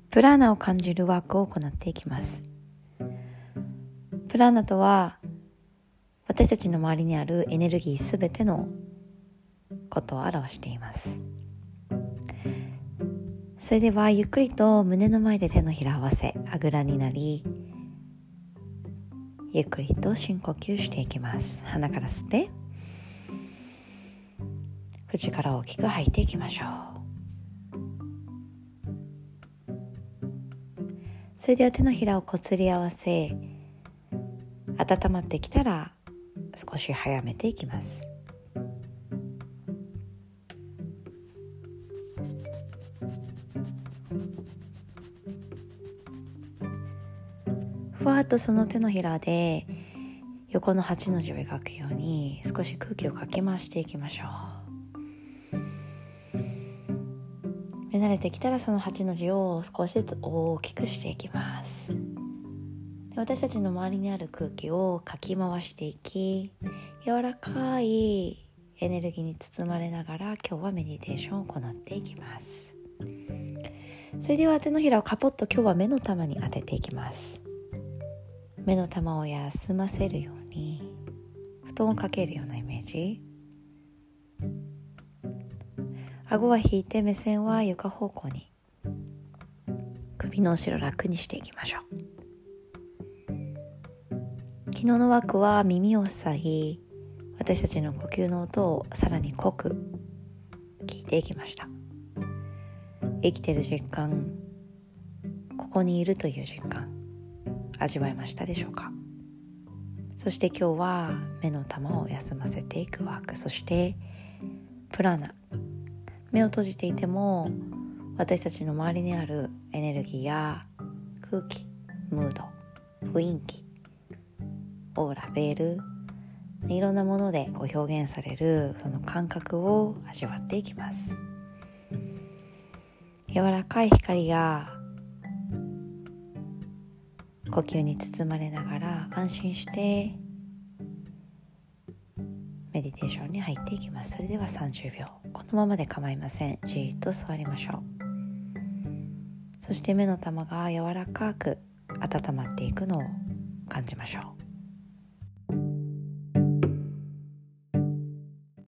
プラーナを感じるワークを行っていきます。プラーナとは私たちの周りにあるエネルギーすべてのことを表しています。それではゆっくりと胸の前で手のひらを合わせ、あぐらになり、ゆっくりと深呼吸していきます。鼻から吸って、口から大きく吐いていきましょう。それでは手のひらをこすり合わせ、温まってきたら少し早めていきます。ふわっとその手のひらで横の8の字を描くように少し空気をかき回していきましょう。慣れてきたらその8の字を少しずつ大きくしていきます。で、私たちの周りにある空気をかき回していき、柔らかいエネルギーに包まれながら今日はメディテーションを行っていきます。それでは手のひらをカポッと今日は目の玉に当てていきます。目の玉を休ませるように布団をかけるようなイメージ。顎は引いて目線は床方向に、首の後ろ楽にしていきましょう。昨日のワークは耳を塞ぎ、私たちの呼吸の音をさらに濃く聞いていきました。生きている実感、ここにいるという実感、味わえましたでしょうか。そして今日は目の玉を休ませていくワーク、そしてプラーナ、目を閉じていても私たちの周りにあるエネルギーや空気、ムード、雰囲気、オーラ、ベール、いろんなもので表現されるその感覚を味わっていきます。柔らかい光が呼吸に包まれながら安心してメディテーションに入っていきます。それでは30秒、このままで構いません。じーっと座りましょう。そして目の玉が柔らかく温まっていくのを感じましょう。